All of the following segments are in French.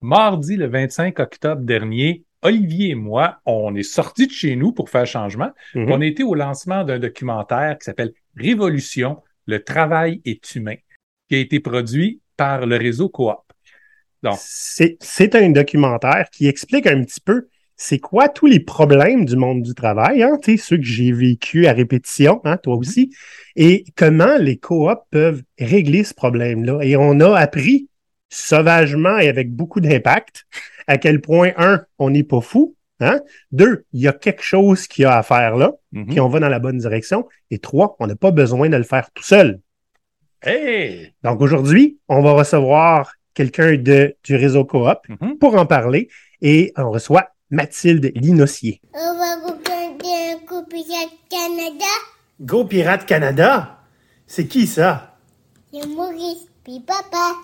Mardi, le 25 octobre dernier, Olivier et moi, on est sortis de chez nous pour faire changement. On Mhm. a été au lancement d'un documentaire qui s'appelle Révolution, le travail est humain, qui a été produit par le réseau Coop. Donc, C'est un documentaire qui explique un petit peu c'est quoi tous les problèmes du monde du travail, hein, tu sais, ceux que j'ai vécu à répétition, hein, toi mhm. aussi, et comment les coops peuvent régler ce problème-là. Et on a appris sauvagement et avec beaucoup d'impact à quel point, un, on n'est pas fou, hein, deux, il y a quelque chose qu'il y a à faire là, puis Mhm. on va dans la bonne direction, et trois, on n'a pas besoin de le faire tout seul. Hey! Donc aujourd'hui, on va recevoir quelqu'un du réseau Coop Mhm. pour en parler et on reçoit Mathilde Linossier. On va regarder un copier Canada. Go Pirate Canada? C'est qui ça? C'est Maurice, puis papa.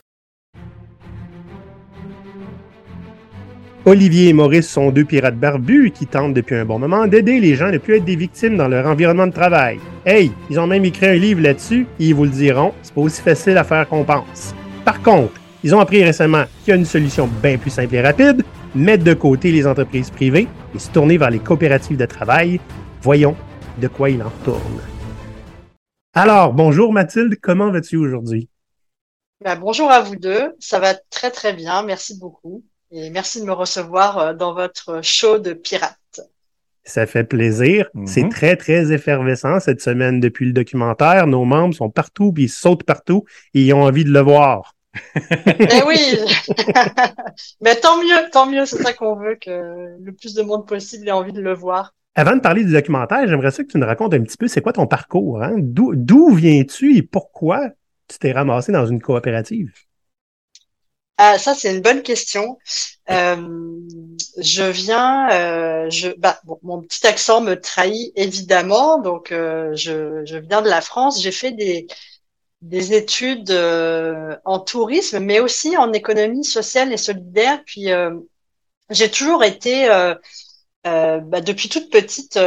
Olivier et Maurice sont deux pirates barbus qui tentent depuis un bon moment d'aider les gens à ne plus être des victimes dans leur environnement de travail. Hey, ils ont même écrit un livre là-dessus et ils vous le diront, c'est pas aussi facile à faire qu'on pense. Par contre, ils ont appris récemment qu'il y a une solution bien plus simple et rapide, mettre de côté les entreprises privées et se tourner vers les coopératives de travail. Voyons de quoi il en retourne. Alors, bonjour Mathilde, comment vas-tu aujourd'hui? Bonjour à vous deux, ça va très très bien, merci beaucoup et merci de me recevoir dans votre show de pirates. Ça fait plaisir. C'est Mhm. très, très effervescent cette semaine depuis le documentaire. Nos membres sont partout, puis ils sautent partout et ils ont envie de le voir. Eh oui, mais tant mieux, c'est ça qu'on veut, que le plus de monde possible ait envie de le voir. Avant de parler du documentaire, j'aimerais ça que tu nous racontes un petit peu c'est quoi ton parcours, hein? D'où viens-tu et pourquoi tu t'es ramassé dans une coopérative? Ah, ça c'est une bonne question. Euh, je viens, bon, mon petit accent me trahit évidemment, donc je viens de la France. J'ai fait des études en tourisme, mais aussi en économie sociale et solidaire. Puis j'ai toujours été, depuis toute petite,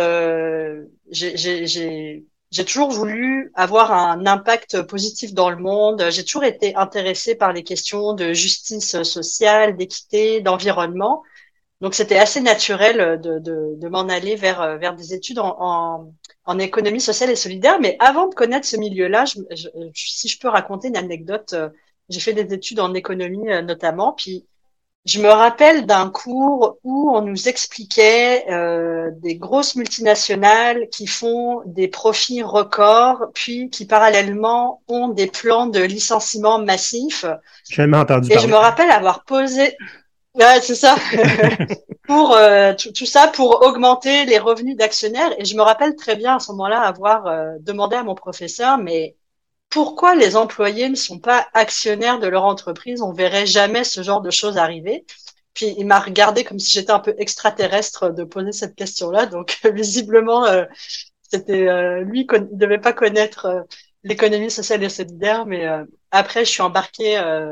j'ai toujours voulu avoir un impact positif dans le monde. J'ai toujours été intéressée par les questions de justice sociale, d'équité, d'environnement. Donc c'était assez naturel de m'en aller vers des études en économie sociale et solidaire. Mais avant de connaître ce milieu-là, si je peux raconter une anecdote, j'ai fait des études en économie notamment. Puis je me rappelle d'un cours où on nous expliquait des grosses multinationales qui font des profits records, puis qui parallèlement ont des plans de licenciement massifs. J'ai jamais entendu Et je parler. me rappelle avoir posé, ouais, c'est ça, pour tout ça pour augmenter les revenus d'actionnaires. Et je me rappelle très bien à ce moment-là avoir demandé à mon professeur, mais pourquoi les employés ne sont pas actionnaires de leur entreprise? On verrait jamais ce genre de choses arriver. Puis il m'a regardé comme si j'étais un peu extraterrestre de poser cette question-là. Donc visiblement, c'était lui, il devait pas connaître l'économie sociale et solidaire. Mais après, je suis embarquée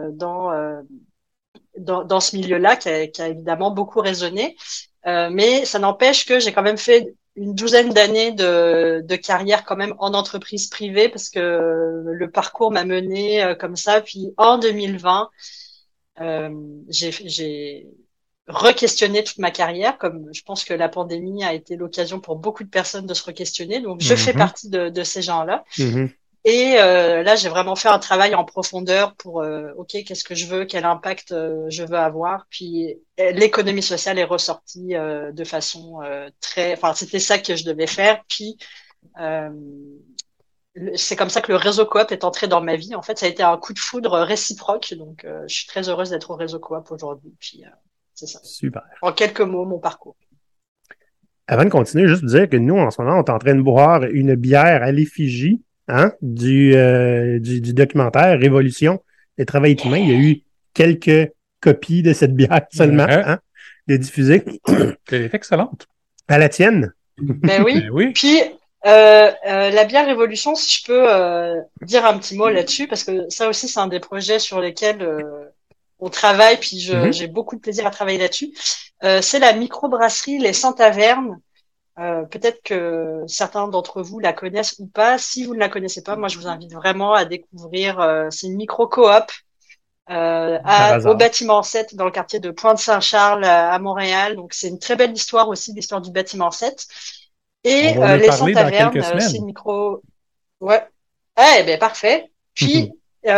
dans ce milieu-là qui a évidemment beaucoup résonné. Mais ça n'empêche que j'ai quand même fait une douzaine d'années de carrière quand même en entreprise privée parce que le parcours m'a mené comme ça. Puis en 2020, euh, j'ai re-questionné toute ma carrière, comme je pense que la pandémie a été l'occasion pour beaucoup de personnes de se re-questionner. Donc je fais Mhm, partie de ces gens-là. mhm. Et là, j'ai vraiment fait un travail en profondeur pour, OK, qu'est-ce que je veux, quel impact je veux avoir. Puis l'économie sociale est ressortie de façon enfin, c'était ça que je devais faire. Puis euh, c'est comme ça que le réseau coop est entré dans ma vie. En fait, ça a été un coup de foudre réciproque. Donc, je suis très heureuse d'être au réseau coop aujourd'hui. Puis c'est ça. Super. En quelques mots, mon parcours. Avant de continuer, juste dire que nous, en ce moment, on est en train de boire une bière à l'effigie, hein, du documentaire Révolution, le travail est humain. Il y a eu quelques copies de cette bière seulement, Uh-huh. hein, de diffusées. Elle est excellente. À la tienne. Ben Ben oui. oui. Puis la bière révolution, si je peux dire un petit mot là-dessus, parce que ça aussi c'est un des projets sur lesquels on travaille, puis Mhm. j'ai beaucoup de plaisir à travailler là-dessus. C'est la microbrasserie Les Saint Tavernes. Peut-être que certains d'entre vous la connaissent ou pas. Si vous ne la connaissez pas, moi je vous invite vraiment à découvrir. C'est une micro-coop au bâtiment 7 dans le quartier de Pointe-Saint-Charles à Montréal. Donc, c'est une très belle histoire aussi, l'histoire du bâtiment 7. Et On va en les 100 parler dans quelques tavernes, c'est semaines. une micro... Ouais. Eh ben, parfait. Puis,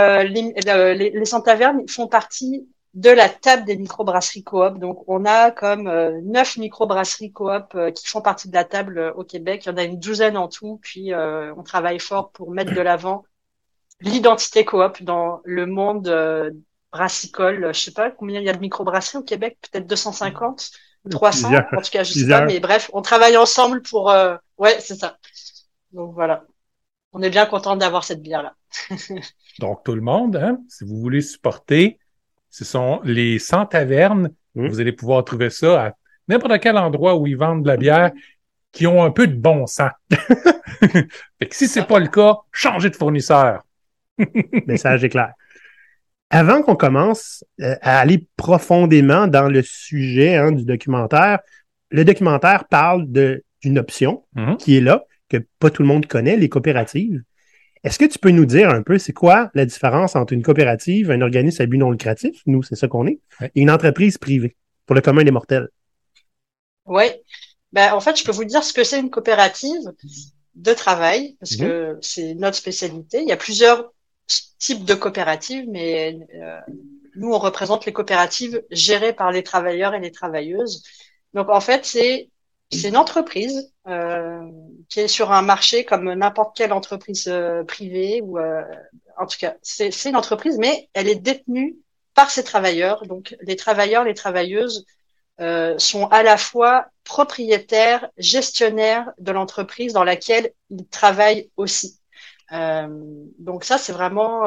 les 100 tavernes font partie de la table des microbrasseries coop. Donc, on a comme 9 microbrasseries coop qui font partie de la table au Québec. Il y en a une douzaine en tout. Puis, on travaille fort pour mettre de l'avant l'identité coop dans le monde brassicole. Je sais pas combien il y a de microbrasseries au Québec, peut-être 250, 300, Plusieurs. en tout cas, je sais pas, mais bref, on travaille ensemble pour... Ouais, c'est ça. Donc voilà, on est bien content d'avoir cette bière-là. Donc, tout le monde, hein, si vous voulez supporter, ce sont les 100 tavernes. Vous allez pouvoir trouver ça à n'importe quel endroit où ils vendent de la bière qui ont un peu de bon sens. Fait que si c'est pas le cas, changez de fournisseur. Message est clair. Avant qu'on commence à aller profondément dans le sujet du documentaire, le documentaire parle d'une option qui est là, que pas tout le monde connaît, les coopératives. Est-ce que tu peux nous dire un peu, c'est quoi la différence entre une coopérative, un organisme à but non lucratif, nous, c'est ça qu'on est, et une entreprise privée, pour le commun des mortels? Oui. Ben, en fait, je peux vous dire ce que c'est une coopérative de travail, parce que c'est notre spécialité. Il y a plusieurs types de coopératives, mais nous, on représente les coopératives gérées par les travailleurs et les travailleuses. Donc, en fait, c'est une entreprise qui est sur un marché comme n'importe quelle entreprise privée ou en tout cas, c'est une entreprise, mais elle est détenue par ses travailleurs. Donc, les travailleurs, les travailleuses sont à la fois propriétaires, gestionnaires de l'entreprise dans laquelle ils travaillent aussi. Donc ça, c'est vraiment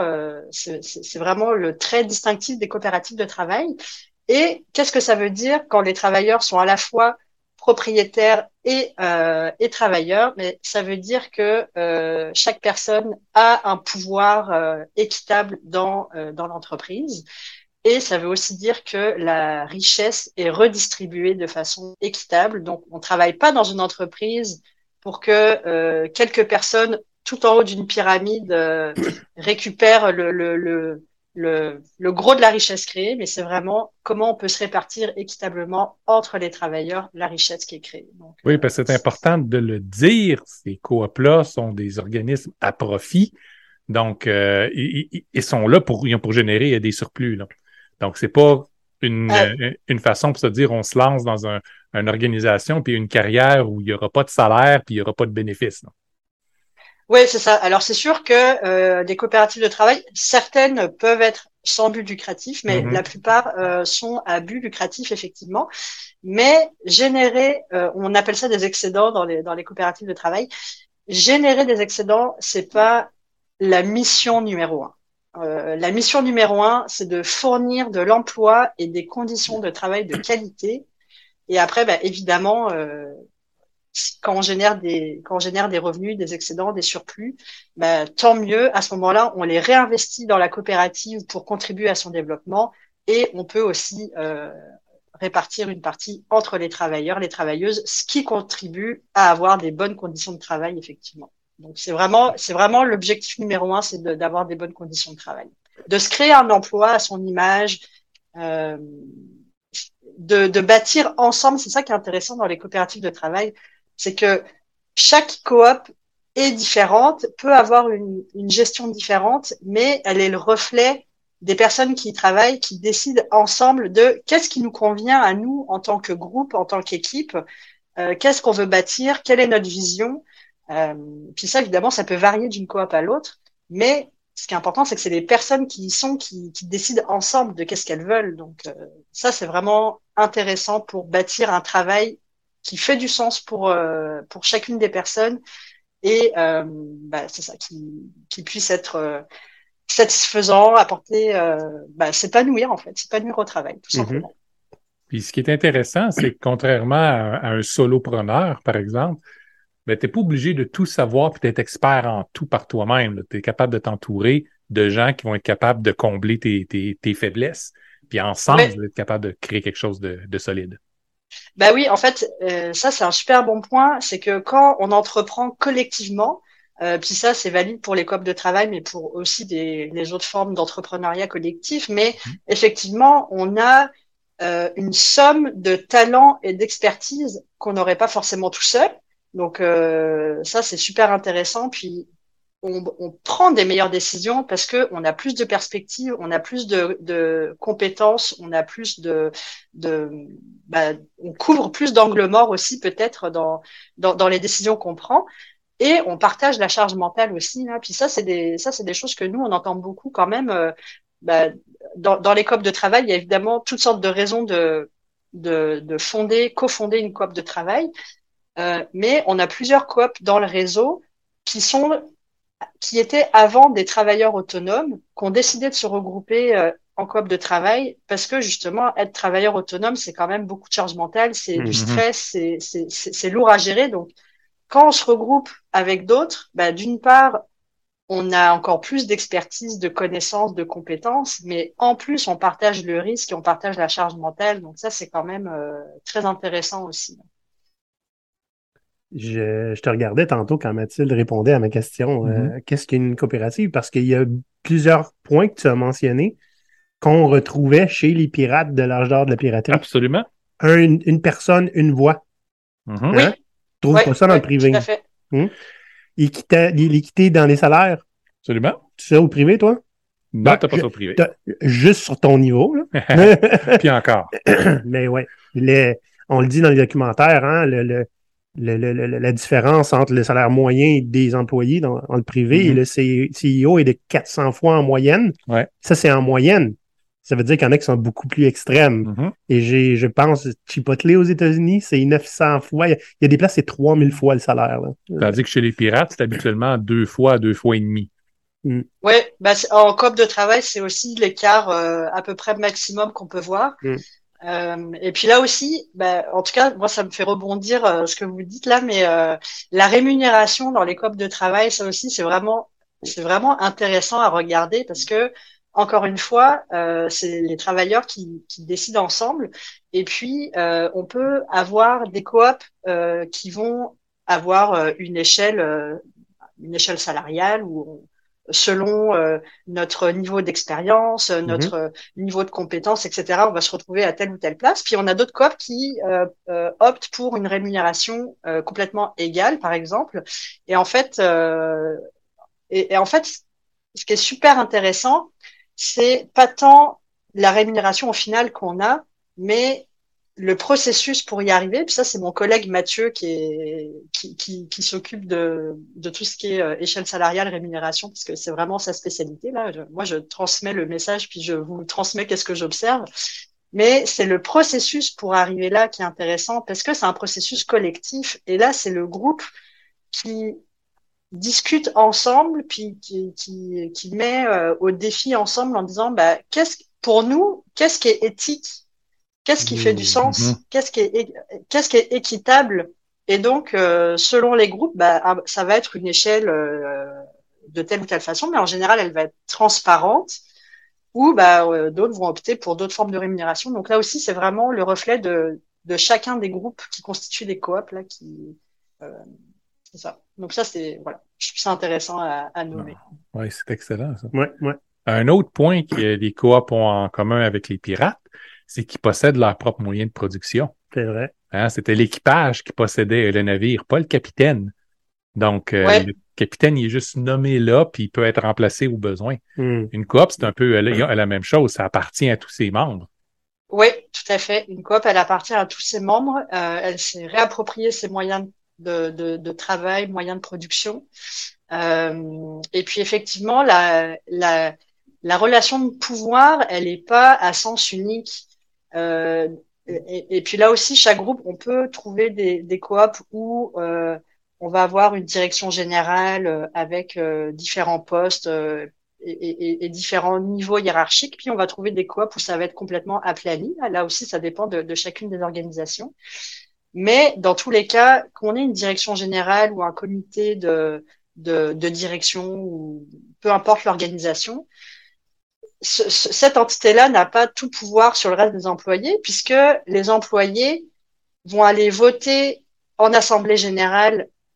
le trait distinctif des coopératives de travail. Et qu'est-ce que ça veut dire quand les travailleurs sont à la fois propriétaires et travailleurs? Mais ça veut dire que chaque personne a un pouvoir équitable dans l'entreprise. Et ça veut aussi dire que la richesse est redistribuée de façon équitable. Donc, on ne travaille pas dans une entreprise pour que quelques personnes tout en haut d'une pyramide récupèrent le gros de la richesse créée, mais c'est vraiment comment on peut se répartir équitablement entre les travailleurs la richesse qui est créée. Donc, oui, parce que c'est important de le dire. Ces coops-là sont des organismes à profit. Donc, ils sont là pour générer des surplus, là. Donc, c'est pas une façon pour se dire on se lance dans une organisation puis une carrière où il n'y aura pas de salaire puis il n'y aura pas de bénéfices. Oui, c'est ça. Alors, c'est sûr que des coopératives de travail, certaines peuvent être sans but lucratif, mais la plupart sont à but lucratif, effectivement. Mais générer, on appelle ça des excédents dans les coopératives de travail. Générer des excédents, c'est pas la mission numéro un. La mission numéro un, c'est de fournir de l'emploi et des conditions de travail de qualité. Et après, bah, évidemment, quand on génère des revenus, des excédents, des surplus, bah, tant mieux. À ce moment-là, on les réinvestit dans la coopérative pour contribuer à son développement. Et on peut aussi répartir une partie entre les travailleurs, les travailleuses, ce qui contribue à avoir des bonnes conditions de travail, effectivement. Donc, c'est vraiment l'objectif numéro un, c'est d'avoir des bonnes conditions de travail. De se créer un emploi à son image, de bâtir ensemble. C'est ça qui est intéressant dans les coopératives de travail. C'est que chaque coop est différente, peut avoir une gestion différente, mais elle est le reflet des personnes qui y travaillent, qui décident ensemble de qu'est-ce qui nous convient à nous en tant que groupe, en tant qu'équipe, qu'est-ce qu'on veut bâtir, quelle est notre vision. Puis ça, évidemment, ça peut varier d'une coop à l'autre, mais ce qui est important, c'est que c'est les personnes qui y sont qui décident ensemble de qu'est-ce qu'elles veulent. Donc ça, c'est vraiment intéressant pour bâtir un travail qui fait du sens pour chacune des personnes et bah, c'est ça qui puisse être satisfaisant, apporter, s'épanouir en fait, s'épanouir au travail, tout simplement. Puis ce qui est intéressant, c'est que contrairement à un solopreneur, par exemple, ben, tu n'es pas obligé de tout savoir et d'être expert en tout par toi-même. Tu es capable de t'entourer de gens qui vont être capables de combler tes faiblesses. Puis ensemble, vous êtes capable de créer quelque chose de solide. Bah oui, en fait, ça c'est un super bon point, c'est que quand on entreprend collectivement, Puis ça, c'est valide pour les coop de travail, mais pour aussi les autres formes d'entrepreneuriat collectif. Mais effectivement, on a une somme de talents et d'expertise qu'on n'aurait pas forcément tout seul. Donc ça, c'est super intéressant. Puis on prend des meilleures décisions parce que on a plus de perspectives, on a plus de compétences, on a plus on couvre plus d'angles morts aussi peut-être dans les décisions qu'on prend. Et on partage la charge mentale aussi. Là. Puis ça, c'est des choses que nous, on entend beaucoup quand même. Dans les coop de travail, il y a évidemment toutes sortes de raisons de cofonder une coop de travail. Mais on a plusieurs coops dans le réseau qui étaient avant des travailleurs autonomes, qui ont décidé de se regrouper en coop de travail parce que justement, être travailleur autonome, c'est quand même beaucoup de charge mentale, c'est du stress, c'est lourd à gérer. Donc, quand on se regroupe avec d'autres, d'une part, on a encore plus d'expertise, de connaissances, de compétences, mais en plus, on partage le risque et on partage la charge mentale. Donc ça, c'est quand même très intéressant aussi. Je te regardais tantôt quand Mathilde répondait à ma question, qu'est-ce qu'une coopérative? Parce qu'il y a plusieurs points que tu as mentionnés qu'on retrouvait chez les pirates de l'âge d'or de la piraterie. Absolument. Une personne, une voix. Oui. Tu trouves pas ça dans le privé? Tout à fait. L'équité dans les salaires. Absolument. Tu sais au privé, toi? Non, t'as pas ça au privé. Juste sur ton niveau. Là. Puis encore. Mais ouais. On le dit dans les documentaires, hein, la différence entre le salaire moyen des employés dans le privé et le CEO est de 400 fois en moyenne. Ouais. Ça, c'est en moyenne. Ça veut dire qu'il y en a qui sont beaucoup plus extrêmes. Et je pense, Chipotle aux États-Unis, c'est 900 fois. Il y a des places, c'est 3000 fois le salaire. Tandis que chez les pirates, c'est habituellement 2 fois et demi. Oui, en coop de travail, c'est aussi l'écart à peu près maximum qu'on peut voir. Et puis là aussi, en tout cas, moi, ça me fait rebondir ce que vous dites là, mais la rémunération dans les coop de travail, ça aussi, c'est vraiment intéressant à regarder parce que encore une fois, c'est les travailleurs qui décident ensemble. Et puis, on peut avoir des coops qui vont avoir une échelle salariale où selon notre niveau d'expérience, notre niveau de compétence, etc., on va se retrouver à telle ou telle place. Puis on a d'autres coops qui optent pour une rémunération complètement égale, par exemple. Et en fait, ce qui est super intéressant, c'est pas tant la rémunération au final qu'on a, mais le processus pour y arriver. Puis ça, c'est mon collègue Mathieu qui s'occupe de tout ce qui est échelle salariale, rémunération, parce que c'est vraiment sa spécialité. Là, moi, je transmets le message, puis je vous transmets qu'est-ce que j'observe. Mais c'est le processus pour arriver là qui est intéressant, parce que c'est un processus collectif. Et là, c'est le groupe qui discute ensemble, puis qui met au défi ensemble en disant, pour nous, qu'est-ce qui est éthique? Qu'est-ce qui fait du sens? Qu'est-ce qui est équitable? Et donc, selon les groupes, ça va être une échelle de telle ou telle façon, mais en général, elle va être transparente, ou d'autres vont opter pour d'autres formes de rémunération. Donc là aussi, c'est vraiment le reflet de chacun des groupes qui constituent les coops là, c'est ça. Donc ça, je trouve ça intéressant à nommer. Oui, c'est excellent ça. Ouais. Un autre point que les coops ont en commun avec les pirates, c'est qu'ils possèdent leurs propres moyens de production. C'est vrai. C'était l'équipage qui possédait le navire, pas le capitaine. Donc, le capitaine, il est juste nommé là, puis il peut être remplacé au besoin. Une coop, c'est un peu la même chose. Ça appartient à tous ses membres. Oui, tout à fait. Une coop, elle appartient à tous ses membres. Elle s'est réappropriée ses moyens de travail, moyens de production. Et puis, effectivement, la relation de pouvoir, elle n'est pas à sens unique. Et puis là aussi, chaque groupe, on peut trouver des coops où on va avoir une direction générale avec différents postes et différents niveaux hiérarchiques. Puis on va trouver des coops où ça va être complètement aplani. Là aussi, ça dépend de chacune des organisations. Mais dans tous les cas, qu'on ait une direction générale ou un comité de direction ou peu importe l'organisation, cette entité-là n'a pas tout pouvoir sur le reste des employés, puisque les employés vont aller voter en assemblée générale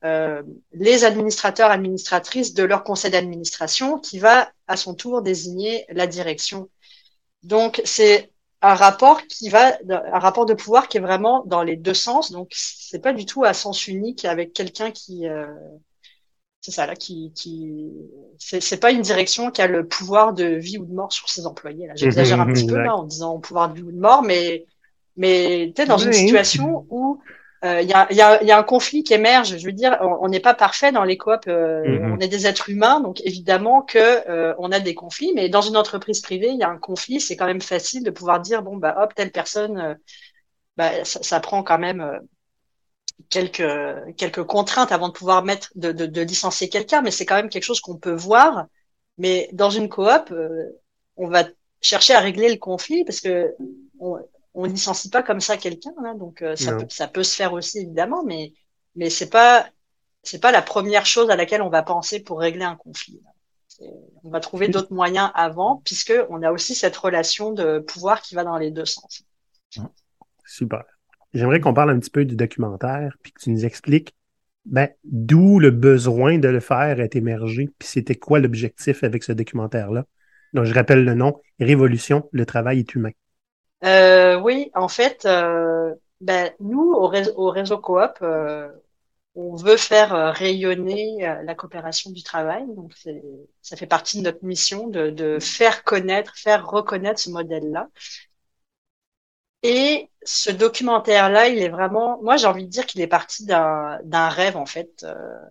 les administrateurs, administratrices de leur conseil d'administration qui va à son tour désigner la direction. Donc, c'est un rapport un rapport de pouvoir qui est vraiment dans les deux sens. Donc, c'est pas du tout à sens unique avec quelqu'un qui, c'est ça là, c'est pas une direction qui a le pouvoir de vie ou de mort sur ses employés. Là, j'exagère un petit peu là en disant pouvoir de vie ou de mort, mais t'es dans une situation où il y a un conflit qui émerge. Je veux dire, on n'est pas parfait dans les coops. On est des êtres humains, donc évidemment que on a des conflits. Mais dans une entreprise privée, il y a un conflit. C'est quand même facile de pouvoir dire bon bah hop, telle personne, ça prend quand même quelques contraintes avant de pouvoir de licencier quelqu'un. Mais c'est quand même quelque chose qu'on peut voir. Mais dans une coop, on va chercher à régler le conflit parce que on licencie pas comme ça quelqu'un, hein, donc ça peut se faire aussi évidemment, mais c'est pas la première chose à laquelle on va penser pour régler un conflit. On va trouver d'autres moyens avant, puisque on a aussi cette relation de pouvoir qui va dans les deux sens. Super. J'aimerais qu'on parle un petit peu du documentaire, puis que tu nous expliques d'où le besoin de le faire est émergé, puis c'était quoi l'objectif avec ce documentaire-là. Donc, je rappelle le nom, Révolution, le travail est humain. Oui, en fait, nous, au réseau Coop, on veut faire rayonner la coopération du travail. Donc, ça fait partie de notre mission de faire reconnaître ce modèle-là. Et ce documentaire-là, il est vraiment, moi, j'ai envie de dire qu'il est parti d'un rêve, en fait.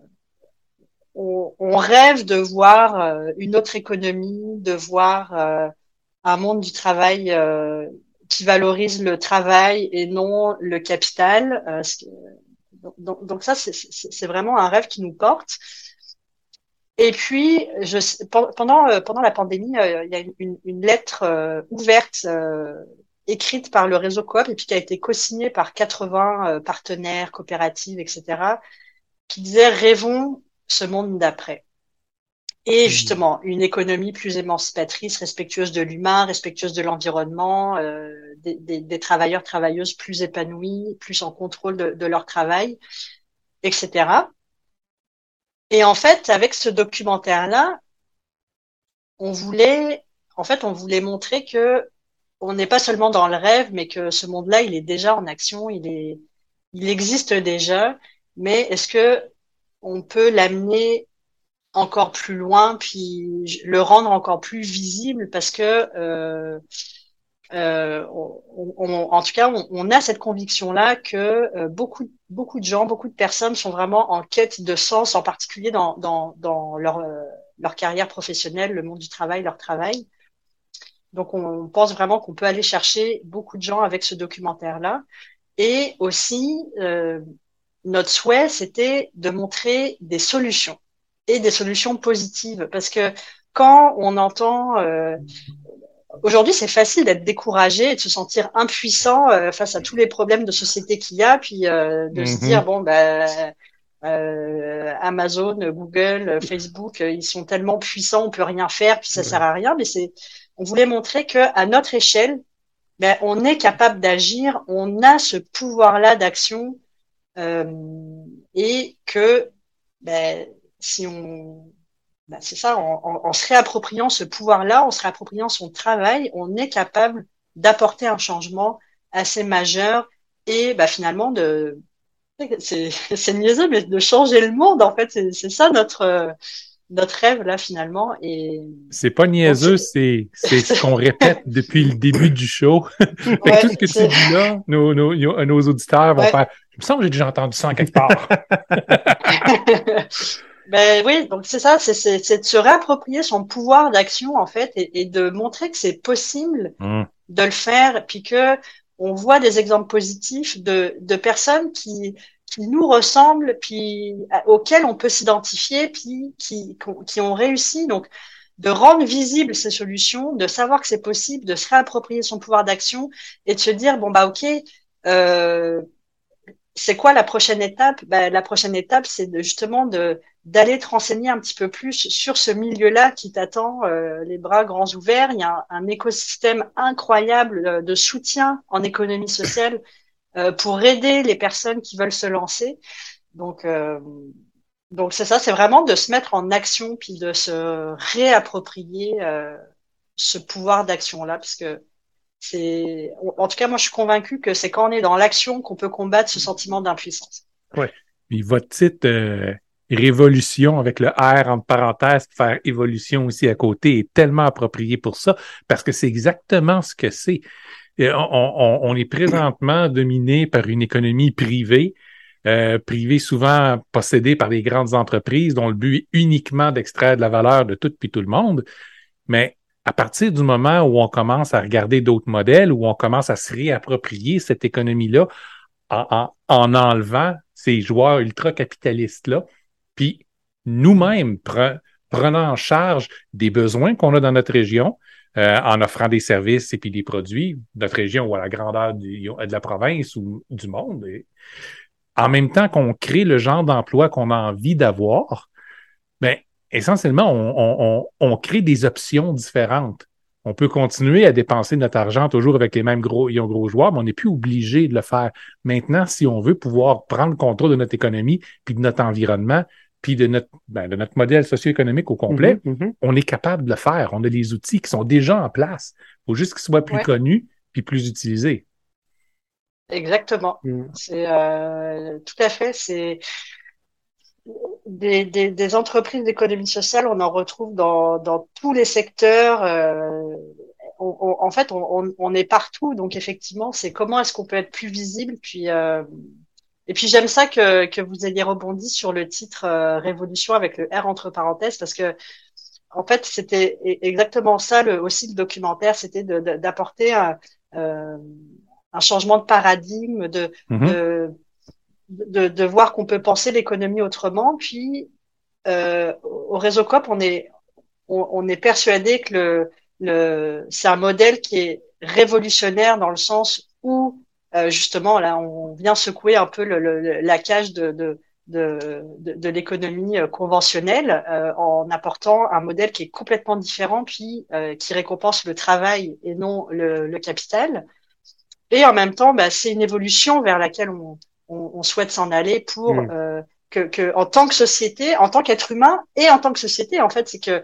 On rêve de voir une autre économie, de voir un monde du travail qui valorise le travail et non le capital. Donc ça, c'est vraiment un rêve qui nous porte. Et puis, pendant la pandémie, il y a une lettre ouverte écrite par le réseau Coop et puis qui a été co-signée par 80 partenaires, coopératives, etc., qui disait rêvons ce monde d'après. Et justement, une économie plus émancipatrice, respectueuse de l'humain, respectueuse de l'environnement, des travailleurs, travailleuses plus épanouis, plus en contrôle de leur travail, etc. Et en fait, avec ce documentaire-là, on voulait montrer que on n'est pas seulement dans le rêve, mais que ce monde-là, il est déjà en action, il existe déjà, mais est-ce que on peut l'amener encore plus loin, puis le rendre encore plus visible parce que en tout cas, on a cette conviction-là que beaucoup de gens, beaucoup de personnes sont vraiment en quête de sens, en particulier dans leur carrière professionnelle, le monde du travail, leur travail. Donc, on pense vraiment qu'on peut aller chercher beaucoup de gens avec ce documentaire-là. Et aussi, notre souhait, c'était de montrer des solutions et des solutions positives. Parce que quand on entend... aujourd'hui, c'est facile d'être découragé et de se sentir impuissant face à tous les problèmes de société qu'il y a, puis de se dire, bon, Amazon, Google, Facebook, ils sont tellement puissants, on peut rien faire, puis ça sert à rien. Mais on voulait montrer que à notre échelle, on est capable d'agir, on a ce pouvoir-là d'action et que si on c'est ça, en se réappropriant ce pouvoir-là, en se réappropriant son travail, on est capable d'apporter un changement assez majeur et finalement c'est niaiseux, mais de changer le monde, en fait, c'est ça notre rêve là finalement. Et c'est pas niaiseux, c'est ce qu'on répète depuis le début du show. Fait que tout ce que tu dis là, nos auditeurs vont faire. Il me semble que j'ai déjà entendu ça en quelque part. Oui, donc c'est ça, c'est de se réapproprier son pouvoir d'action en fait et de montrer que c'est possible de le faire, puis que on voit des exemples positifs de personnes qui nous ressemblent, puis auxquelles on peut s'identifier, puis qui ont réussi. Donc de rendre visibles ces solutions, de savoir que c'est possible, de se réapproprier son pouvoir d'action et de se dire bon ok. C'est quoi la prochaine étape? La prochaine étape, c'est justement d'aller te renseigner un petit peu plus sur ce milieu-là qui t'attend les bras grands ouverts. Il y a un écosystème incroyable de soutien en économie sociale pour aider les personnes qui veulent se lancer. Donc Donc c'est ça, c'est vraiment de se mettre en action puis de se réapproprier ce pouvoir d'action-là, parce que en tout cas, moi je suis convaincue que c'est quand on est dans l'action qu'on peut combattre ce sentiment d'impuissance. Ouais. Puis votre titre Révolution avec le R entre parenthèses, faire évolution aussi à côté est tellement approprié pour ça, parce que c'est exactement ce que c'est. Et on est présentement dominé par une économie privée souvent possédée par les grandes entreprises dont le but est uniquement d'extraire de la valeur de tout puis tout le monde. Mais à partir du moment où on commence à regarder d'autres modèles, où on commence à se réapproprier cette économie-là en enlevant ces joueurs ultra-capitalistes-là, puis nous-mêmes prenant en charge des besoins qu'on a dans notre région, en offrant des services et puis des produits, notre région ou à la grandeur de la province ou du monde, et en même temps qu'on crée le genre d'emploi qu'on a envie d'avoir, ben, essentiellement, on crée des options différentes. On peut continuer à dépenser notre argent toujours avec les mêmes gros joueurs, mais on n'est plus obligé de le faire. Maintenant, si on veut pouvoir prendre le contrôle de notre économie, puis de notre environnement, puis de notre modèle socio-économique au complet, on est capable de le faire. On a des outils qui sont déjà en place. Il faut juste qu'ils soient plus connus puis plus utilisés. Exactement. C'est tout à fait. C'est des entreprises d'économie sociale, on en retrouve dans tous les secteurs. En fait, on est partout. Donc effectivement, c'est comment est-ce qu'on peut être plus visible. Puis et puis j'aime ça que vous ayez rebondi sur le titre Révolution avec le R entre parenthèses, parce que en fait c'était exactement ça aussi le documentaire, c'était d'apporter un changement de paradigme, de voir qu'on peut penser l'économie autrement. Puis au Réseau Coop, on est persuadé que c'est un modèle qui est révolutionnaire dans le sens où justement là on vient secouer un peu la cage de l'économie conventionnelle en apportant un modèle qui est complètement différent, puis qui récompense le travail et non le capital. Et en même temps, c'est une évolution vers laquelle on souhaite s'en aller pour que en tant que société, en tant qu'être humain et en tant que société, en fait, c'est que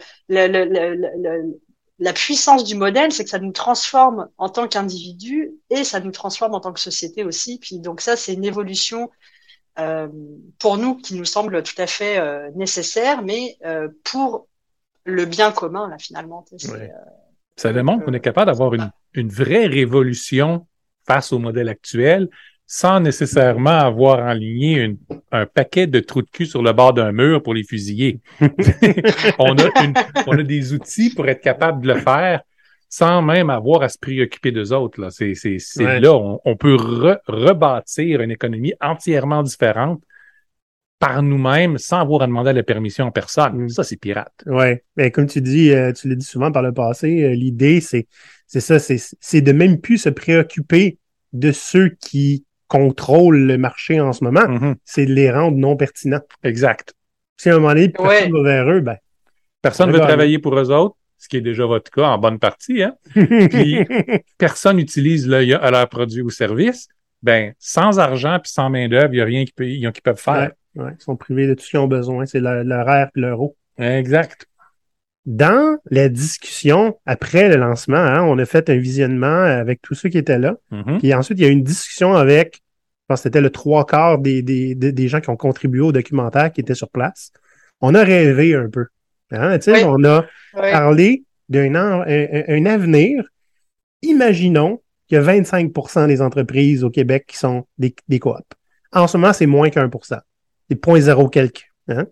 la puissance du modèle, c'est que ça nous transforme en tant qu'individu et ça nous transforme en tant que société aussi. Puis donc ça, c'est une évolution pour nous qui nous semble tout à fait nécessaire, mais pour le bien commun là finalement. Ça démontre qu'on est capable d'avoir une vraie révolution face au modèle actuel, sans nécessairement avoir enligné un paquet de trous de cul sur le bord d'un mur pour les fusiller. on a des outils pour être capable de le faire sans même avoir à se préoccuper d'eux autres. Là. Là, on peut rebâtir une économie entièrement différente par nous-mêmes sans avoir à demander la permission à personne. Ça, c'est pirate. Oui. Mais comme tu dis, tu l'as dit souvent par le passé, l'idée, c'est ça, c'est de même plus se préoccuper de ceux qui contrôlent le marché en ce moment, c'est de les rendre non pertinents. Exact. Si à un moment donné, personne va vers eux, personne ne veut travailler pour eux autres, ce qui est déjà votre cas en bonne partie, hein? Puis personne n'utilise leur produit ou service, sans argent puis sans main-d'œuvre, il n'y a rien qu'ils peuvent faire. Ouais, ils sont privés de tout ce qu'ils ont besoin, c'est leur air et leur eau. Exact. Dans la discussion, après le lancement, on a fait un visionnement avec tous ceux qui étaient là. Puis ensuite, il y a eu une discussion avec, je pense que c'était le 3/4 des gens qui ont contribué au documentaire qui étaient sur place. On a rêvé un peu. On a parlé d'un un avenir. Imaginons qu'il y a 25% des entreprises au Québec qui sont des coops. En ce moment, c'est moins qu'1%. C'est 0.0 quelque.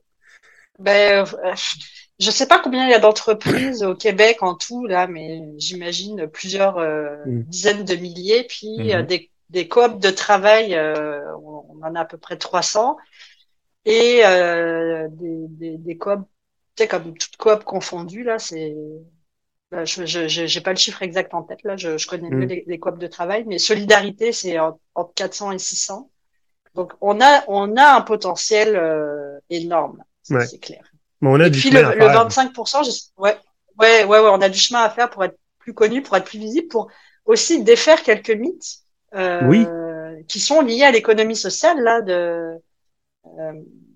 Je sais pas combien il y a d'entreprises au Québec en tout, là, mais j'imagine plusieurs dizaines de milliers. Puis des coops de travail, on en a à peu près 300. Et des coops, tu sais, comme toutes coops confondues, là, c'est... j'ai pas le chiffre exact en tête, là, je connais mieux les coops de travail, mais Solidarité, c'est entre 400 et 600. Donc, on a un potentiel énorme, c'est clair. Mais on a et puis le 25%, on a du chemin à faire pour être plus connu, pour être plus visible, pour aussi défaire quelques mythes qui sont liés à l'économie sociale là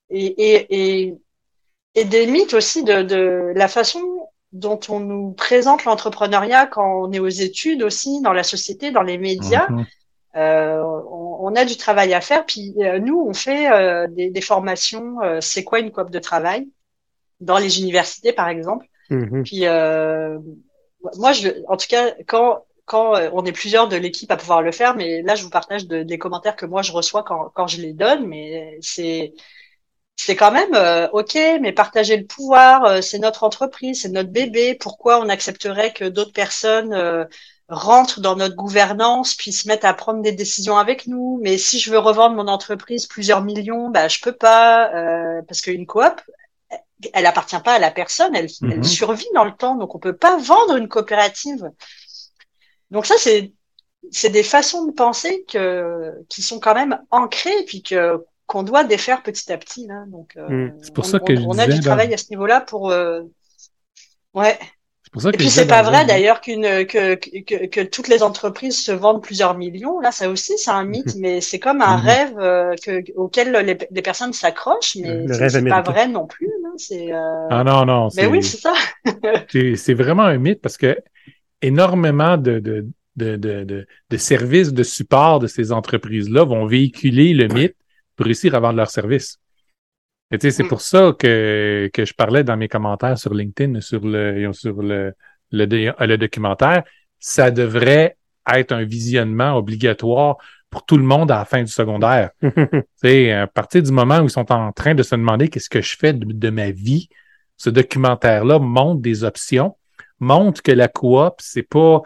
et et des mythes aussi de la façon dont on nous présente l'entrepreneuriat quand on est aux études aussi, dans la société, dans les médias. Mhm. On a du travail à faire. Puis nous, on fait des formations. C'est quoi une coop de travail dans les universités, par exemple. Mhm. Puis moi, en tout cas, quand on est plusieurs de l'équipe à pouvoir le faire, mais là, je vous partage des commentaires que moi je reçois quand je les donne. Mais c'est quand même ok, mais partager le pouvoir, c'est notre entreprise, c'est notre bébé. Pourquoi on accepterait que d'autres personnes rentrent dans notre gouvernance, puis se mettent à prendre des décisions avec nous? Mais si je veux revendre mon entreprise plusieurs millions, bah je peux pas parce qu'une coop, elle appartient pas à la personne, elle Mhm. survit dans le temps, donc on peut pas vendre une coopérative. Donc ça c'est des façons de penser qui sont quand même ancrées, puis qu'on doit défaire petit à petit là. Donc Mhm. C'est pour ça que je on a du disais travail à ce niveau-là pour ouais. c'est pour ça Et que je puis disais c'est dans pas le vrai web. d'ailleurs que toutes les entreprises se vendent plusieurs millions. Là, ça aussi c'est un mythe, mais c'est comme un Mhm. rêve auquel les personnes s'accrochent, mais Le rêve c'est pas américain. vrai non plus. Là. Ah non, non, Mais oui, c'est ça. c'est vraiment un mythe parce que énormément de services de support de ces entreprises-là vont véhiculer le mythe pour réussir à vendre leurs services. Et tu sais, c'est Mm. pour ça que je parlais dans mes commentaires sur LinkedIn, sur le documentaire. Ça devrait être un visionnement obligatoire pour tout le monde à la fin du secondaire. Tu sais, à partir du moment où ils sont en train de se demander qu'est-ce que je fais de ma vie, ce documentaire-là montre des options, montre que la coop, c'est pas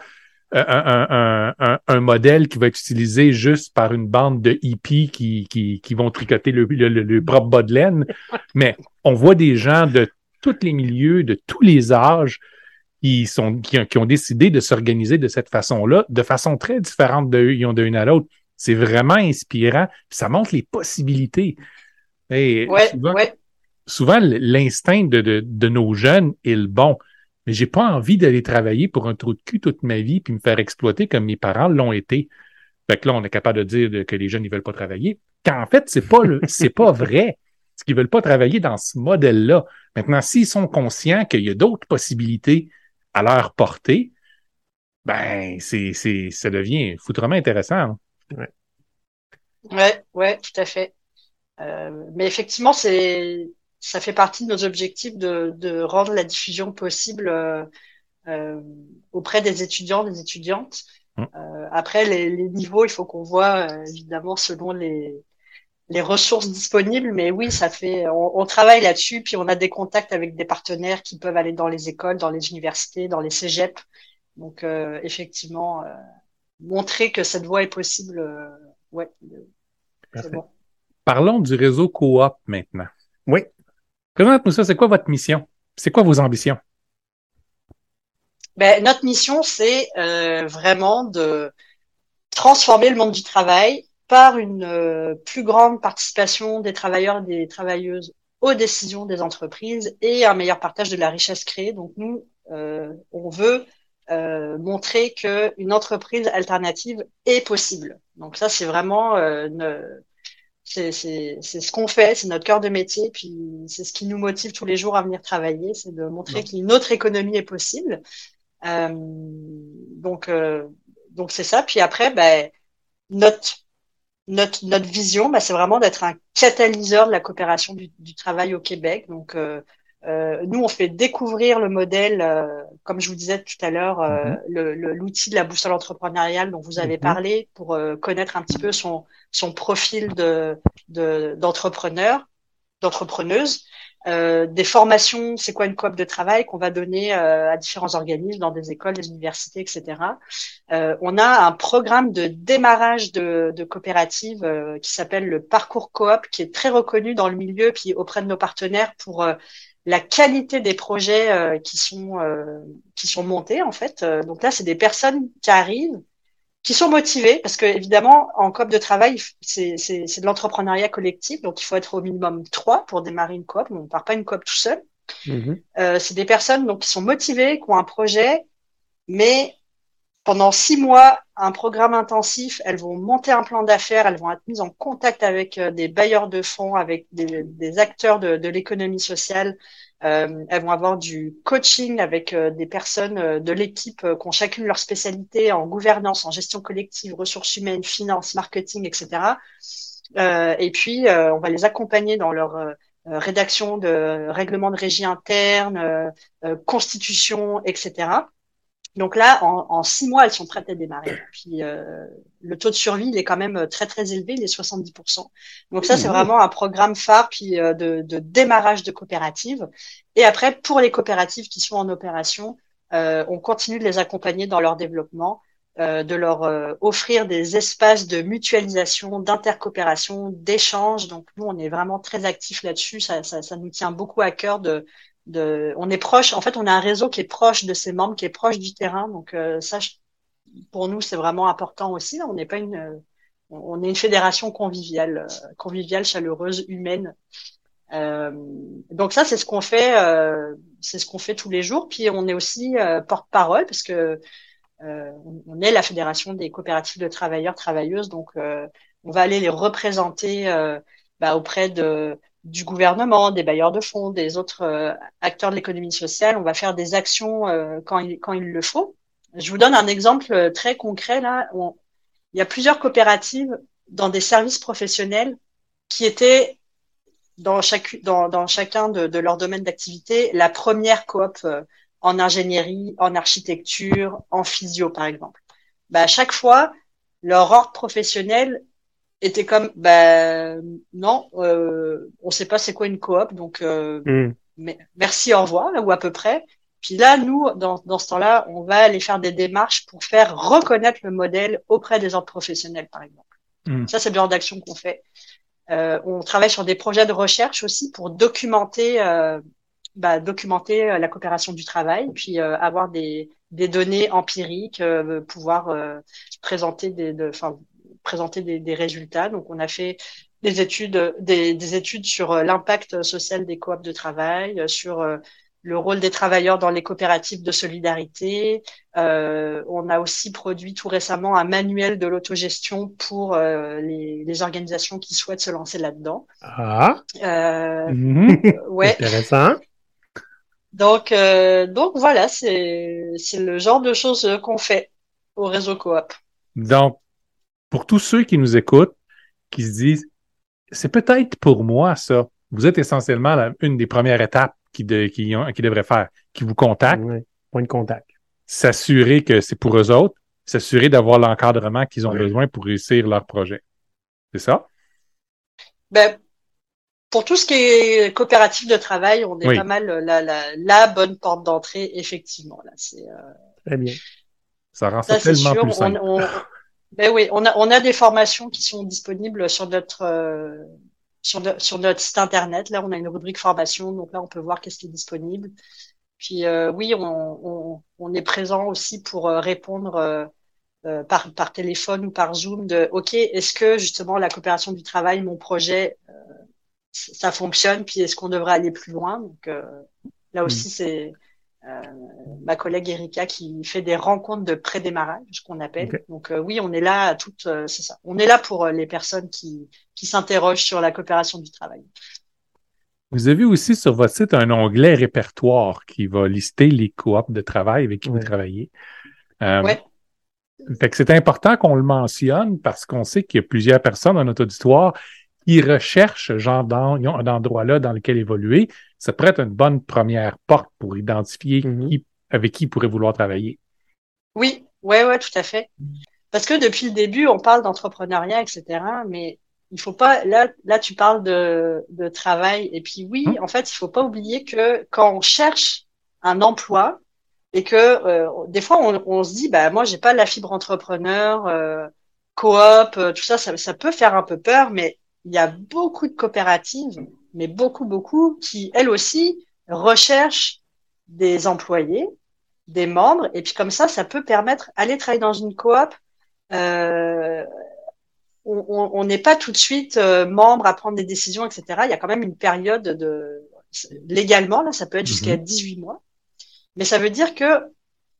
un modèle qui va être utilisé juste par une bande de hippies qui vont tricoter le propre bas de laine, mais on voit des gens de tous les milieux, de tous les âges, qui ont décidé de s'organiser de cette façon-là, de façon très différente d'une à l'autre. C'est vraiment inspirant. Ça montre les possibilités. Et Ouais, ouais. souvent l'instinct de nos jeunes est le bon. Mais j'ai pas envie d'aller travailler pour un trou de cul toute ma vie puis me faire exploiter comme mes parents l'ont été. Fait que là, on est capable de dire que les jeunes, ils veulent pas travailler. Quand en fait, c'est pas vrai. Parce qu'ils veulent pas travailler dans ce modèle-là. Maintenant, s'ils sont conscients qu'il y a d'autres possibilités à leur portée, ben, ça devient foutrement intéressant, hein. Ouais. Ouais, ouais, tout à fait. Mais effectivement, ça fait partie de nos objectifs de rendre la diffusion possible euh, auprès des étudiants, des étudiantes. Hum. Après, les niveaux, il faut qu'on voit évidemment selon les ressources disponibles. Mais oui, on travaille là-dessus, puis on a des contacts avec des partenaires qui peuvent aller dans les écoles, dans les universités, dans les cégeps. Donc, effectivement, montrer que cette voie est possible, ouais, c'est Parfait. bon. Parlons du réseau coop maintenant. Oui. Présente-nous ça, c'est quoi votre mission? C'est quoi vos ambitions? Ben, notre mission, c'est vraiment de transformer le monde du travail par une plus grande participation des travailleurs et des travailleuses aux décisions des entreprises et un meilleur partage de la richesse créée. Donc nous, on veut montrer qu'une entreprise alternative est possible. Donc ça, c'est vraiment c'est ce qu'on fait, c'est notre cœur de métier, puis c'est ce qui nous motive tous les jours à venir travailler, c'est de montrer Bon. qu'une autre économie est possible. Donc, donc c'est ça. Puis après, ben, notre notre vision, bah, c'est vraiment d'être un catalyseur de la coopération du travail au Québec. Donc, nous, on fait découvrir le modèle, comme je vous disais tout à l'heure, Mhm. l'outil de la boussole entrepreneuriale dont vous avez Mhm. parlé pour connaître un petit peu son profil d'entrepreneur, d'entrepreneuse. Des formations, c'est quoi une coop de travail qu'on va donner à différents organismes dans des écoles, des universités, etc. On a un programme de démarrage de coopératives qui s'appelle le parcours coop, qui est très reconnu dans le milieu, puis auprès de nos partenaires pour la qualité des projets qui sont montés en fait. Donc là, c'est des personnes qui arrivent, qui sont motivées, parce que évidemment, en coop de travail, c'est de l'entrepreneuriat collectif, donc il faut être au minimum 3 pour démarrer une coop. On ne part pas une coop tout seul. Mhm. C'est des personnes donc qui sont motivées, qui ont un projet, mais pendant 6 mois, un programme intensif. Elles vont monter un plan d'affaires. Elles vont être mises en contact avec des bailleurs de fonds, avec des acteurs de l'économie sociale. Elles vont avoir du coaching avec des personnes de l'équipe qui ont chacune leur spécialité en gouvernance, en gestion collective, ressources humaines, finance, marketing, etc. Et puis, on va les accompagner dans leur rédaction de règlements de régie interne, constitution, etc. Donc là, en 6 mois, elles sont prêtes à démarrer. Puis le taux de survie, il est quand même très très élevé, il est 70%. Donc ça, c'est vraiment un programme phare puis de démarrage de coopératives. Et après, pour les coopératives qui sont en opération, on continue de les accompagner dans leur développement, de leur offrir des espaces de mutualisation, d'intercoopération, d'échange. Donc nous, on est vraiment très actifs là-dessus. Ça nous tient beaucoup à cœur on est proche. En fait, on a un réseau qui est proche de ses membres, qui est proche du terrain. Donc ça, pour nous, c'est vraiment important aussi. On n'est pas on est une fédération conviviale, chaleureuse, humaine. Donc ça, c'est ce qu'on fait. C'est ce qu'on fait tous les jours. Puis on est aussi porte-parole parce que on est la fédération des coopératives de travailleurs, travailleuses. Donc on va aller les représenter auprès du gouvernement, des bailleurs de fonds, des autres acteurs de l'économie sociale. On va faire des actions quand il le faut. Je vous donne un exemple très concret là. Il y a plusieurs coopératives dans des services professionnels qui étaient dans chacun de leurs domaines d'activité la première coop en ingénierie, en architecture, en physio par exemple. À chaque fois, leur ordre professionnel était comme non, on sait pas c'est quoi une coop, donc merci, au revoir, là, ou à peu près. Puis là, nous, dans ce temps-là, on va aller faire des démarches pour faire reconnaître le modèle auprès des ordres professionnels, par exemple. Ça, c'est le genre d'action qu'on fait. On travaille sur des projets de recherche aussi pour documenter la coopération du travail, puis avoir des données empiriques, pouvoir présenter des résultats. Donc, on a fait des études sur l'impact social des coops de travail, sur le rôle des travailleurs dans les coopératives de solidarité. On a aussi produit tout récemment un manuel de l'autogestion pour les organisations qui souhaitent se lancer là-dedans. Ouais. Intéressant. Donc voilà, c'est le genre de choses qu'on fait au réseau coop. Donc, pour tous ceux qui nous écoutent, qui se disent, c'est peut-être pour moi ça. Vous êtes essentiellement une des premières étapes qu'ils devraient faire, qui vous contactent. Oui, point de contact. S'assurer que c'est pour eux autres, s'assurer d'avoir l'encadrement qu'ils ont besoin pour réussir leur projet. C'est ça? Pour tout ce qui est coopérative de travail, on est pas mal la bonne porte d'entrée, effectivement. Là, c'est très bien. Ça rend ça tellement plus simple. On a des formations qui sont disponibles sur notre site internet. Là, on a une rubrique formation, donc là, on peut voir qu'est-ce qui est disponible. Puis on est présent aussi pour répondre par téléphone ou par Zoom OK, est-ce que justement la coopération du travail, mon projet, ça fonctionne, puis est-ce qu'on devrait aller plus loin? Donc là aussi, c'est ma collègue Erika qui fait des rencontres de pré-démarrage, ce qu'on appelle. Okay. Donc oui, on est là c'est ça. On est là pour les personnes qui s'interrogent sur la coopération du travail. Vous avez aussi sur votre site un onglet répertoire qui va lister les coops de travail avec qui vous travaillez. Fait que c'est important qu'on le mentionne parce qu'on sait qu'il y a plusieurs personnes dans notre auditoire qui recherchent ce genre d'endroit-là dans lequel évoluer. Ça pourrait être une bonne première porte pour identifier avec qui ils pourraient vouloir travailler. Oui, tout à fait. Parce que depuis le début, on parle d'entrepreneuriat, etc., mais il faut pas, là, tu parles de travail. Et puis oui, en fait, il faut pas oublier que quand on cherche un emploi et que des fois, on se dit, moi, j'ai pas la fibre entrepreneur, coop, tout ça, ça peut faire un peu peur, mais il y a beaucoup de coopératives, mais beaucoup, qui, elles aussi, recherchent des employés, des membres, et puis comme ça peut permettre d'aller travailler dans une coop. On n'est pas tout de suite membre à prendre des décisions, etc. Il y a quand même une période légalement, là, ça peut être jusqu'à 18 mois. Mais ça veut dire que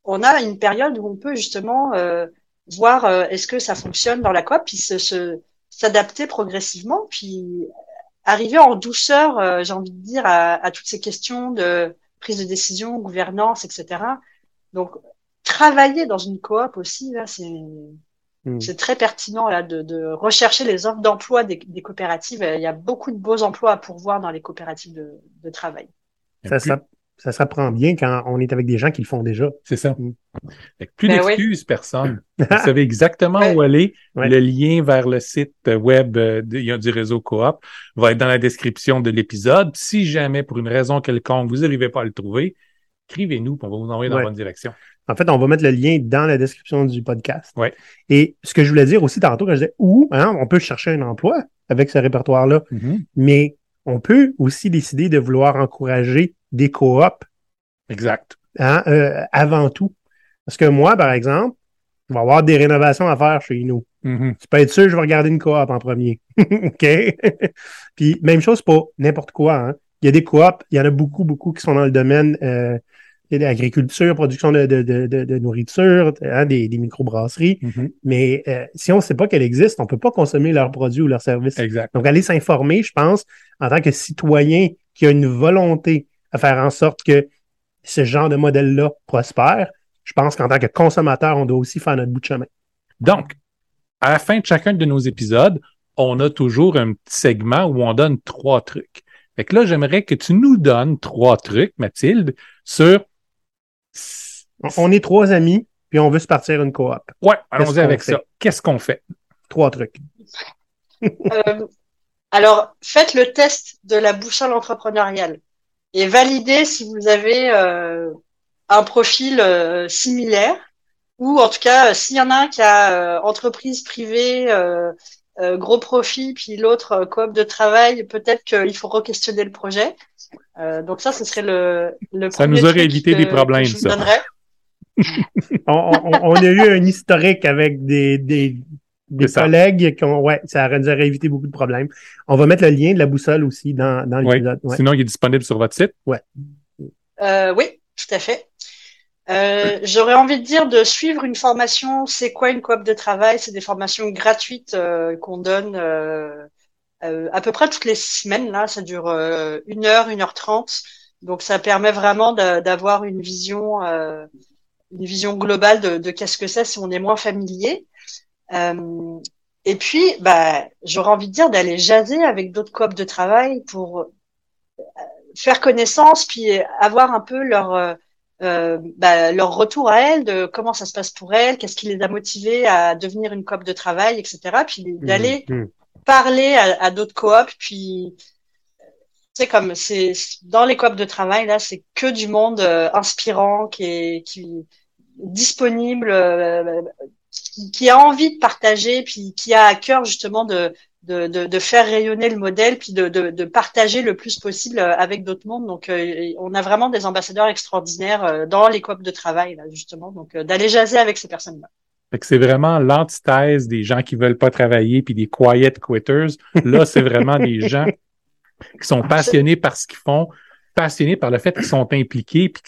on a une période où on peut justement voir est-ce que ça fonctionne dans la coop, puis s'adapter progressivement, puis arriver en douceur, j'ai envie de dire, à toutes ces questions de prise de décision, gouvernance, etc. Donc, travailler dans une coop aussi, là, c'est très pertinent là de rechercher les offres d'emploi des coopératives. Il y a beaucoup de beaux emplois à pourvoir dans les coopératives de travail. Ça s'apprend bien quand on est avec des gens qui le font déjà. C'est ça. Fait que plus d'excuses, personne. Vous savez exactement où aller. Ouais. Le lien vers le site web du réseau Coop va être dans la description de l'épisode. Si jamais, pour une raison quelconque, vous n'arrivez pas à le trouver, écrivez-nous, puis on va vous envoyer dans la bonne direction. En fait, on va mettre le lien dans la description du podcast. Ouais. Et ce que je voulais dire aussi tantôt, quand je disais où on peut chercher un emploi avec ce répertoire-là, mais on peut aussi décider de vouloir encourager des coops. Exact. Avant tout. Parce que moi, par exemple, je vais avoir des rénovations à faire chez nous. Tu peux être sûr que je vais regarder une coop en premier. OK? Puis, même chose pour n'importe quoi. Hein. Il y a des coops, il y en a beaucoup qui sont dans le domaine de l'agriculture, production de nourriture, des microbrasseries. Mais si on ne sait pas qu'elles existent, on ne peut pas consommer leurs produits ou leurs services. Exact. Donc, aller s'informer, je pense, en tant que citoyen qui a une volonté à faire en sorte que ce genre de modèle-là prospère, je pense qu'en tant que consommateur, on doit aussi faire notre bout de chemin. Donc, à la fin de chacun de nos épisodes, on a toujours un petit segment où on donne 3 trucs. Fait que là, j'aimerais que tu nous donnes 3 trucs, Mathilde, sur... On est 3 amis, puis on veut se partir une coop. Ouais, allons-y avec ça. Qu'est-ce qu'on fait? 3 trucs. Alors, faites le test de la boussole entrepreneuriale et validez si vous avez un profil similaire, ou en tout cas, s'il y en a un qui a entreprise privée, gros profit, puis l'autre coop de travail, peut-être qu'il faut re-questionner le projet. Donc ça, ce serait le ça nous aurait évité des problèmes, que je vous donnerais. on a eu un historique avec des collègues ça nous aurait évité beaucoup de problèmes. On va mettre le lien de la boussole aussi dans l'épisode. Ouais. Sinon, il est disponible sur votre site? Ouais. Oui, tout à fait. J'aurais envie de dire de suivre une formation. C'est quoi une coop de travail? C'est des formations gratuites qu'on donne à peu près toutes les semaines. Là, ça dure 1h, 1h30. Donc, ça permet vraiment d'avoir une vision globale de qu'est-ce que c'est si on est moins familier. Et puis, j'aurais envie de dire d'aller jaser avec d'autres coops de travail pour faire connaissance, puis avoir un peu leur retour à elles, de comment ça se passe pour elles, qu'est-ce qui les a motivées à devenir une coop de travail, etc. Puis d'aller parler à d'autres coops, puis c'est comme c'est dans les coops de travail là, c'est que du monde inspirant qui est disponible, qui a envie de partager, puis qui a à cœur justement de faire rayonner le modèle, puis de partager le plus possible avec d'autres mondes. Donc, on a vraiment des ambassadeurs extraordinaires dans les coops de travail, là, justement. Donc, d'aller jaser avec ces personnes-là. Fait que c'est vraiment l'antithèse des gens qui veulent pas travailler puis des quiet quitters. Là, c'est vraiment des gens qui sont passionnés par ce qu'ils font, passionnés par le fait qu'ils sont impliqués, puis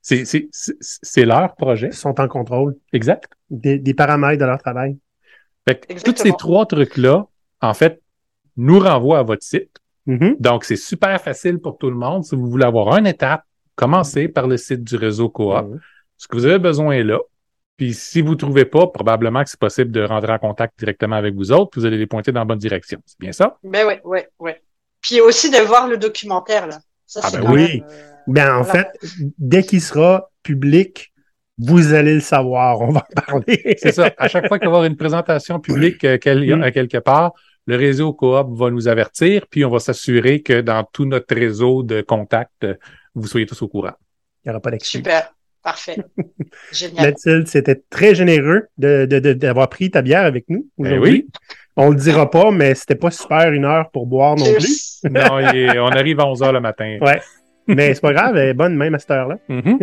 c'est leur projet. Ils sont en contrôle. Exact. Des paramètres de leur travail. Fait que tous ces 3 trucs-là, en fait, nous renvoient à votre site. Donc, c'est super facile pour tout le monde. Si vous voulez avoir une étape, commencez par le site du réseau Coop. Ce que vous avez besoin est là. Puis, si vous ne trouvez pas, probablement que c'est possible de rentrer en contact directement avec vous autres, puis vous allez les pointer dans la bonne direction. C'est bien ça? Ben ouais. Puis aussi de voir le documentaire, là. Ça, c'est oui. En fait, dès qu'il sera public, vous allez le savoir. On va en parler. C'est ça. À chaque fois qu'il va y avoir une présentation publique quelque part, le réseau Coop va nous avertir, puis on va s'assurer que dans tout notre réseau de contacts, vous soyez tous au courant. Il n'y aura pas d'excuse. Super. Parfait. Génial. Mathilde, c'était très généreux d'avoir pris ta bière avec nous aujourd'hui. Oui. On le dira pas, mais c'était pas super 1 heure pour boire non plus. Non, on arrive à 11h le matin. Ouais. Mais c'est pas grave, elle est bonne même à cette heure-là.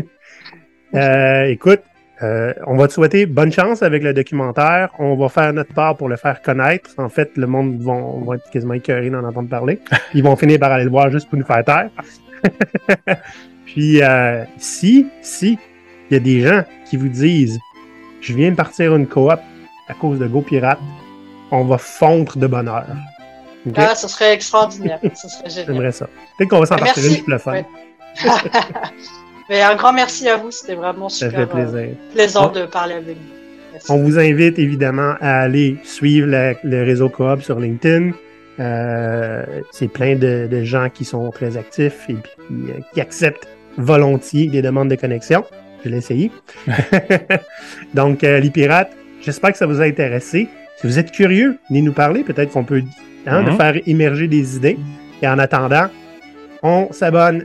Écoute, on va te souhaiter bonne chance avec le documentaire. On va faire notre part pour le faire connaître. En fait, le monde va être quasiment écœuré d'en entendre parler. Ils vont finir par aller le voir juste pour nous faire taire. Puis, si il y a des gens qui vous disent « Je viens de partir une coop à cause de GoPirate. On va fondre de bonheur. » Okay? Ah, ce serait extraordinaire. Ce serait génial. J'aimerais ça. Peut-être qu'on va s'en partir une pour le fun. Ouais. Mais un grand merci à vous. C'était vraiment super Ça fait plaisir. plaisant de parler avec vous. Merci. On vous invite évidemment à aller suivre le réseau Coop sur LinkedIn. C'est plein de gens qui sont très actifs et puis, qui acceptent volontiers des demandes de connexion. Je l'ai essayé. Donc, les pirates, j'espère que ça vous a intéressé. Si vous êtes curieux, venez nous parler. Peut-être qu'on peut de faire émerger des idées. Et en attendant, on s'abonne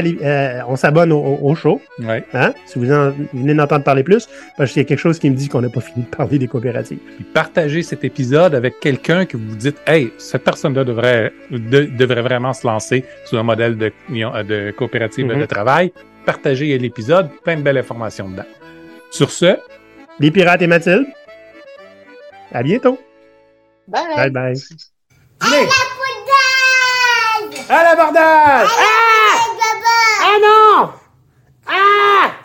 au show. Ouais. Hein? Si vous venez d'entendre parler plus, parce qu'il y a quelque chose qui me dit qu'on n'a pas fini de parler des coopératives. Puis partagez cet épisode avec quelqu'un que vous dites, hey, cette personne-là devrait vraiment se lancer sur un modèle de coopérative de travail. Partagez l'épisode, plein de belles informations dedans. Sur ce, les pirates et Mathilde, à bientôt. Bye. Bye bye. À l'abordage! À l'abordage! Ah! Ah non! Ah!